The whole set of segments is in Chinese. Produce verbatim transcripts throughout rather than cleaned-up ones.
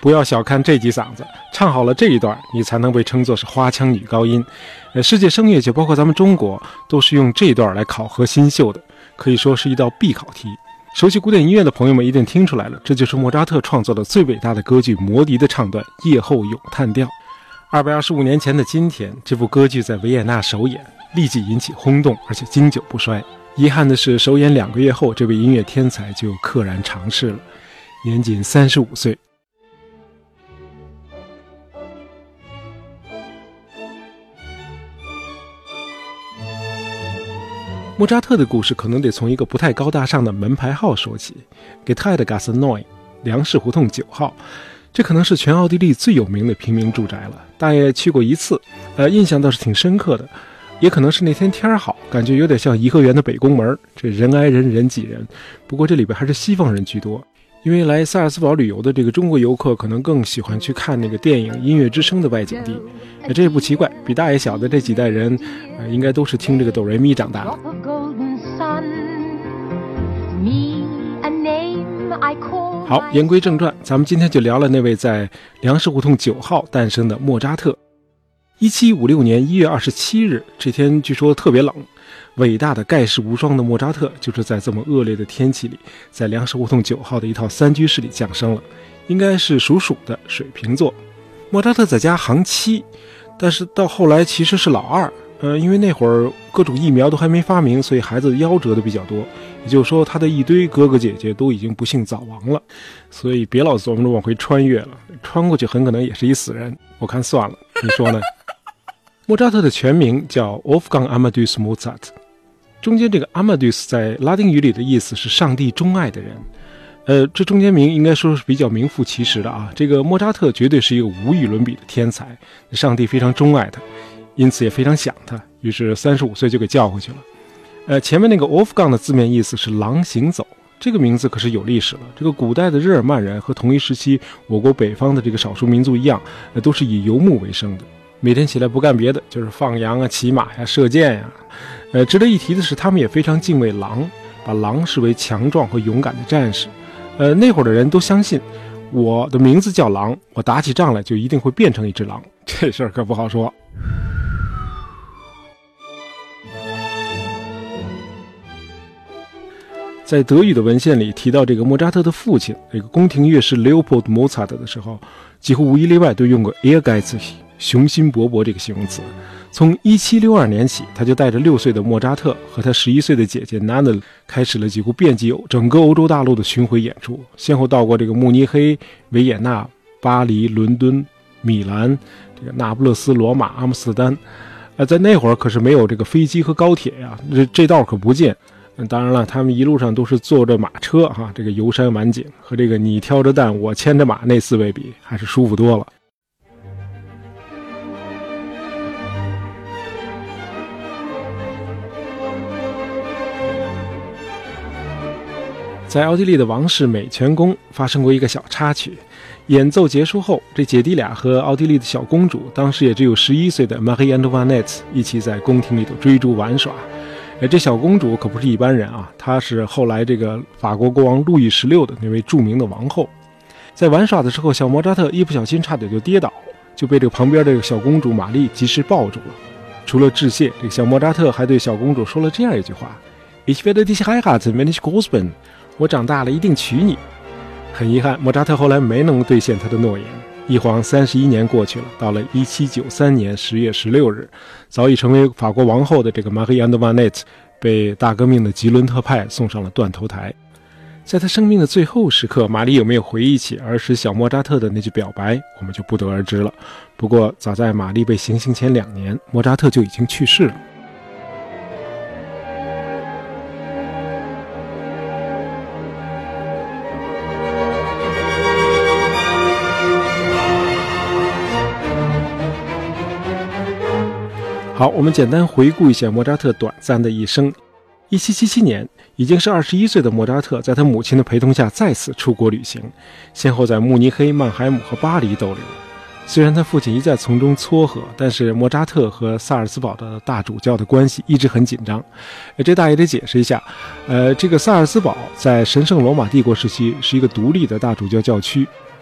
不要小看这几嗓子，唱好了这一段，你才能被称作是花腔女高音。呃，世界声乐就包括咱们中国，都是用这一段来考核新秀的，可以说是一道必考题。熟悉古典音乐的朋友们一定听出来了，这就是莫扎特创作的最伟大的歌剧《魔笛》的唱段《夜后咏叹调》。二百二十五年前的今天，这部歌剧在维也纳首演，立即引起轰动，而且经久不衰。遗憾的是，首演两个月后，这位音乐天才就溘然长逝了，年仅三十五岁。莫扎特的故事可能得从一个不太高大上的门牌号说起，给泰的 Gasse neun 粮食胡同九号，这可能是全奥地利最有名的平民住宅了。大爷去过一次，呃，印象倒是挺深刻的。也可能是那天天好，感觉有点像颐和园的北宫门，这人挨人人挤人。不过这里边还是西方人居多，因为来萨尔斯堡旅游的这个中国游客可能更喜欢去看那个电影《音乐之声》的外景地。呃、这也不奇怪，比大爷小的这几代人，呃、应该都是听这个哆来咪长大的。好，言归正传，咱们今天就聊了那位在粮食胡同九号诞生的莫扎特。一七五六年一月二十七日，这天据说特别冷，伟大的盖世无双的莫扎特就是在这么恶劣的天气里，在粮食胡同九号的一套三居室里降生了，应该是属鼠的水瓶座。莫扎特在家行七，但是到后来其实是老二，呃，因为那会儿各种疫苗都还没发明，所以孩子夭折的比较多，也就是说他的一堆哥哥姐姐都已经不幸早亡了，所以别老琢磨着往回穿越了，穿过去很可能也是一死人，我看算了，你说呢？莫扎特的全名叫 Wolfgang Amadeus Mozart， 中间这个 Amadeus 在拉丁语里的意思是上帝钟爱的人，呃，这中间名应该说是比较名副其实的啊。这个莫扎特绝对是一个无与伦比的天才，上帝非常钟爱他，因此也非常想他，于是三十五岁就给叫回去了。呃，前面那个 Wolfgang 的字面意思是狼行走，这个名字可是有历史了。这个古代的日耳曼人和同一时期我国北方的这个少数民族一样，呃，都是以游牧为生的。每天起来不干别的，就是放羊啊、骑马呀、射箭呀。呃，值得一提的是，他们也非常敬畏狼，把狼视为强壮和勇敢的战士。呃，那会儿的人都相信，我的名字叫狼，我打起仗来就一定会变成一只狼。这事儿可不好说。在德语的文献里提到这个莫扎特的父亲，这个宫廷乐师 Leopold Mozart 的时候，几乎无一例外都用过 ehrgeizig雄心勃勃这个形容词。从一七六二年起，他就带着六岁的莫扎特和他十一岁的姐姐 Nanna 开始了几乎遍及整个欧洲大陆的巡回演出，先后到过这个慕尼黑、维也纳、巴黎、伦敦、米兰、这个那不勒斯、罗马、阿姆斯特丹。呃，在那会儿可是没有这个飞机和高铁呀，这这道可不近。当然了，他们一路上都是坐着马车哈，这个游山玩景，和这个你挑着担我牵着马那四位比，还是舒服多了。在奥地利的王室美泉宫发生过一个小插曲，演奏结束后，这姐弟俩和奥地利的小公主，当时也只有十一岁的 Marie Antoinette 一起在宫廷里头追逐玩耍。哎，这小公主可不是一般人啊，她是后来这个法国国王路易十六的那位著名的王后。在玩耍的时候，小莫扎特一不小心差点就跌倒，就被这个旁边这个小公主玛丽及时抱住了。除了致谢，这个小莫扎特还对小公主说了这样一句话 Ich werde dich heiraten, wenn ich groß bin， 我长大了一定娶你。很遗憾，莫扎特后来没能兑现他的诺言。一晃三十一年过去了，到了一七九三年十月十六日，早已成为法国王后的这个玛丽安德瓦内特被大革命的吉伦特派送上了断头台。在他生命的最后时刻，玛丽有没有回忆起儿时小莫扎特的那句表白，我们就不得而知了。不过早在玛丽被行刑前两年，莫扎特就已经去世了。好，我们简单回顾一下莫扎特短暂的一生。一七七七年，已经是二十一岁的莫扎特在他母亲的陪同下再次出国旅行，先后在慕尼黑、曼海姆和巴黎逗留。虽然他父亲一再从中撮合，但是莫扎特和萨尔茨堡的大主教的关系一直很紧张。这大爷得解释一下，呃，这个萨尔茨堡在神圣罗马帝国时期是一个独立的大主教教区，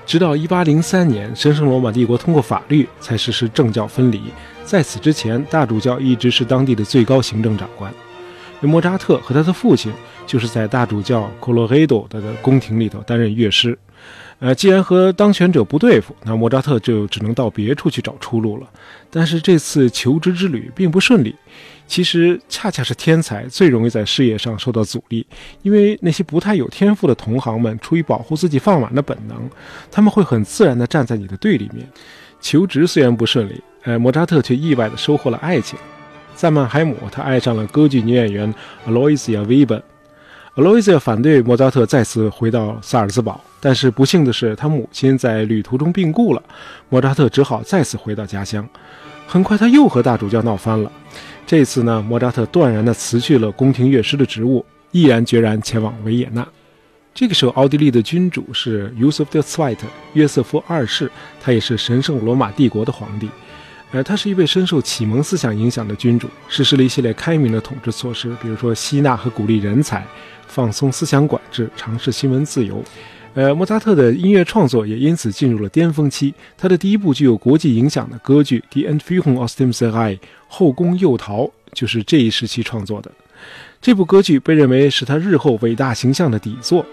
直到一八零三年，神圣罗马帝国通过法律才实施政教分离。在此之前，大主教一直是当地的最高行政长官。莫扎特和他的父亲就是在大主教 Colloredo 的宫廷里头担任乐师。呃，既然和当权者不对付，那莫扎特就只能到别处去找出路了。但是这次求职之旅并不顺利。其实恰恰是天才最容易在事业上受到阻力，因为那些不太有天赋的同行们出于保护自己饭碗的本能，他们会很自然地站在你的对立面。求职虽然不顺利，呃，莫扎特却意外地收获了爱情。在曼海姆，他爱上了歌剧女演员 Aloysia Weber。Aloysia 反对莫扎特再次回到萨尔茨堡，但是不幸的是，他母亲在旅途中病故了，莫扎特只好再次回到家乡。很快他又和大主教闹翻了。这次呢，莫扎特断然地辞去了宫廷乐师的职务，毅然决然前往维也纳。这个时候，奥地利的君主是 Joseph der Zweite 约瑟夫二世，他也是神圣罗马帝国的皇帝。呃，他是一位深受启蒙思想影响的君主，实施了一系列开明的统治措施，比如说吸纳和鼓励人才，放松思想管制，尝试新闻自由。呃，莫扎特的音乐创作也因此进入了巅峰期。他的第一部具有国际影响的歌剧《Die Entführung aus dem Serail》后宫诱逃就是这一时期创作的。这部歌剧被认为是他日后伟大形象的底座。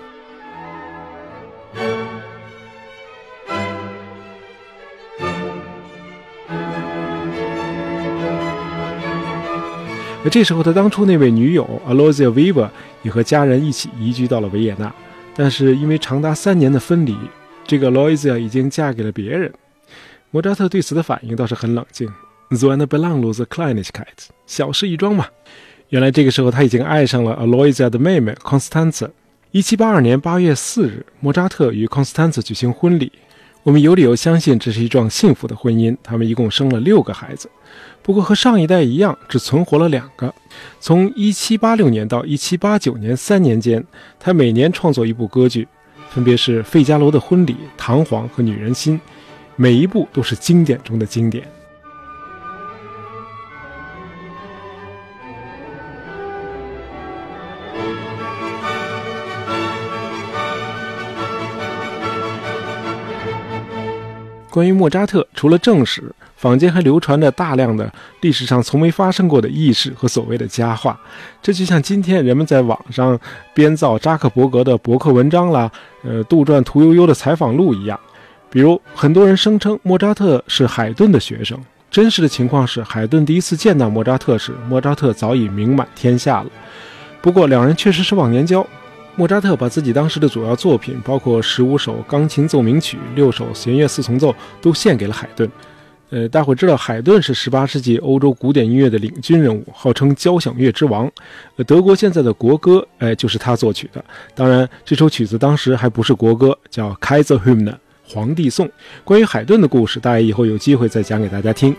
而这时候，他当初那位女友 Aloysia Weber 也和家人一起移居到了维也纳。但是因为长达三年的分离，这个 Aloysia 已经嫁给了别人。莫扎特对此的反应倒是很冷静 ，so eine belanglose Kleinigkeit， 小事一桩嘛。原来这个时候他已经爱上了 Aloysia 的妹妹 Constanze。一七八二年八月四日，莫扎特与 Constanze 举行婚礼。我们有理由相信这是一桩幸福的婚姻，他们一共生了六个孩子。不过和上一代一样，只存活了两个。从一七八六年到一七八九年三年间，他每年创作一部歌剧，分别是《费加罗的婚礼》、《唐璜》和《女人心》，每一部都是经典中的经典。关于莫扎特，除了正史，坊间还流传着大量的历史上从没发生过的轶事和所谓的佳话。这就像今天人们在网上编造扎克伯格的博客文章啦，呃，杜撰屠呦呦的采访录一样。比如，很多人声称莫扎特是海顿的学生，真实的情况是，海顿第一次见到莫扎特时，莫扎特早已名满天下了。不过，两人确实是忘年交。莫扎特把自己当时的主要作品，包括十五首钢琴奏鸣曲、六首弦乐四重奏，都献给了海顿。呃，大伙知道海顿是十八世纪欧洲古典音乐的领军人物，号称交响乐之王。呃，德国现在的国歌，哎，就是他作曲的。当然，这首曲子当时还不是国歌，叫 Kaiserhymne 皇帝颂。关于海顿的故事，大家以后有机会再讲给大家听。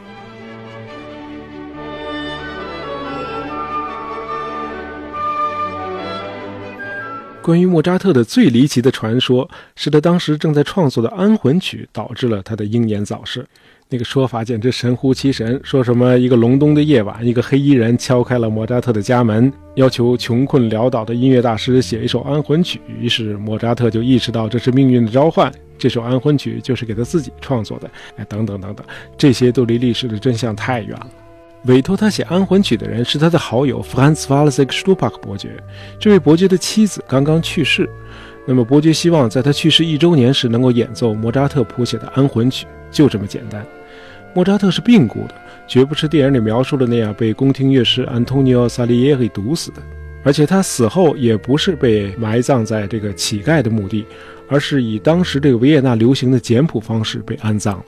关于莫扎特的最离奇的传说，是他当时正在创作的安魂曲导致了他的英年早逝。那个说法简直神乎其神，说什么一个隆冬的夜晚，一个黑衣人敲开了莫扎特的家门，要求穷困潦倒的音乐大师写一首安魂曲。于是莫扎特就意识到这是命运的召唤，这首安魂曲就是给他自己创作的，哎，等等等等，这些都离历史的真相太远了。委托他写安魂曲的人是他的好友 Franz Walsek Stupak 伯爵。这位伯爵的妻子刚刚去世，那么伯爵希望在他去世一周年时能够演奏莫扎特谱写的安魂曲，就这么简单。莫扎特是病故的，绝不是电影里描述的那样被宫廷乐师 Antonio Salieri 毒死的，而且他死后也不是被埋葬在这个乞丐的墓地，而是以当时这个维也纳流行的简朴方式被安葬了。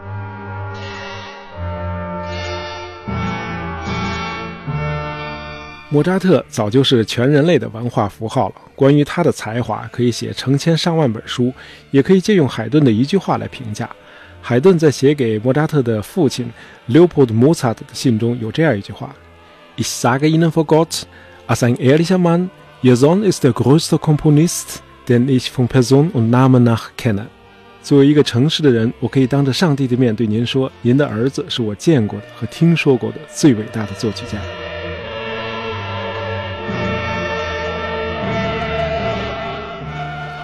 莫扎特早就是全人类的文化符号了，关于他的才华可以写成千上万本书，也可以借用海顿的一句话来评价。海顿在写给莫扎特的父亲 Leopold Mozart 的信中有这样一句话： Ich sage Ihnen vor Gott, als ein ehrlicher Mann, Ihr Sohn ist der größte Komponist, den ich von Person und Namen nach kenne。 作为一个诚实的人，我可以当着上帝的面对您说，您的儿子是我见过的和听说过的最伟大的作曲家。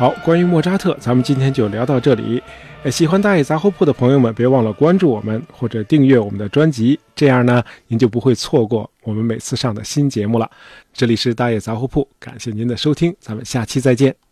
好，关于莫扎特咱们今天就聊到这里。喜欢大爷杂货铺的朋友们别忘了关注我们或者订阅我们的专辑，这样呢您就不会错过我们每次上的新节目了。这里是大爷杂货铺，感谢您的收听，咱们下期再见。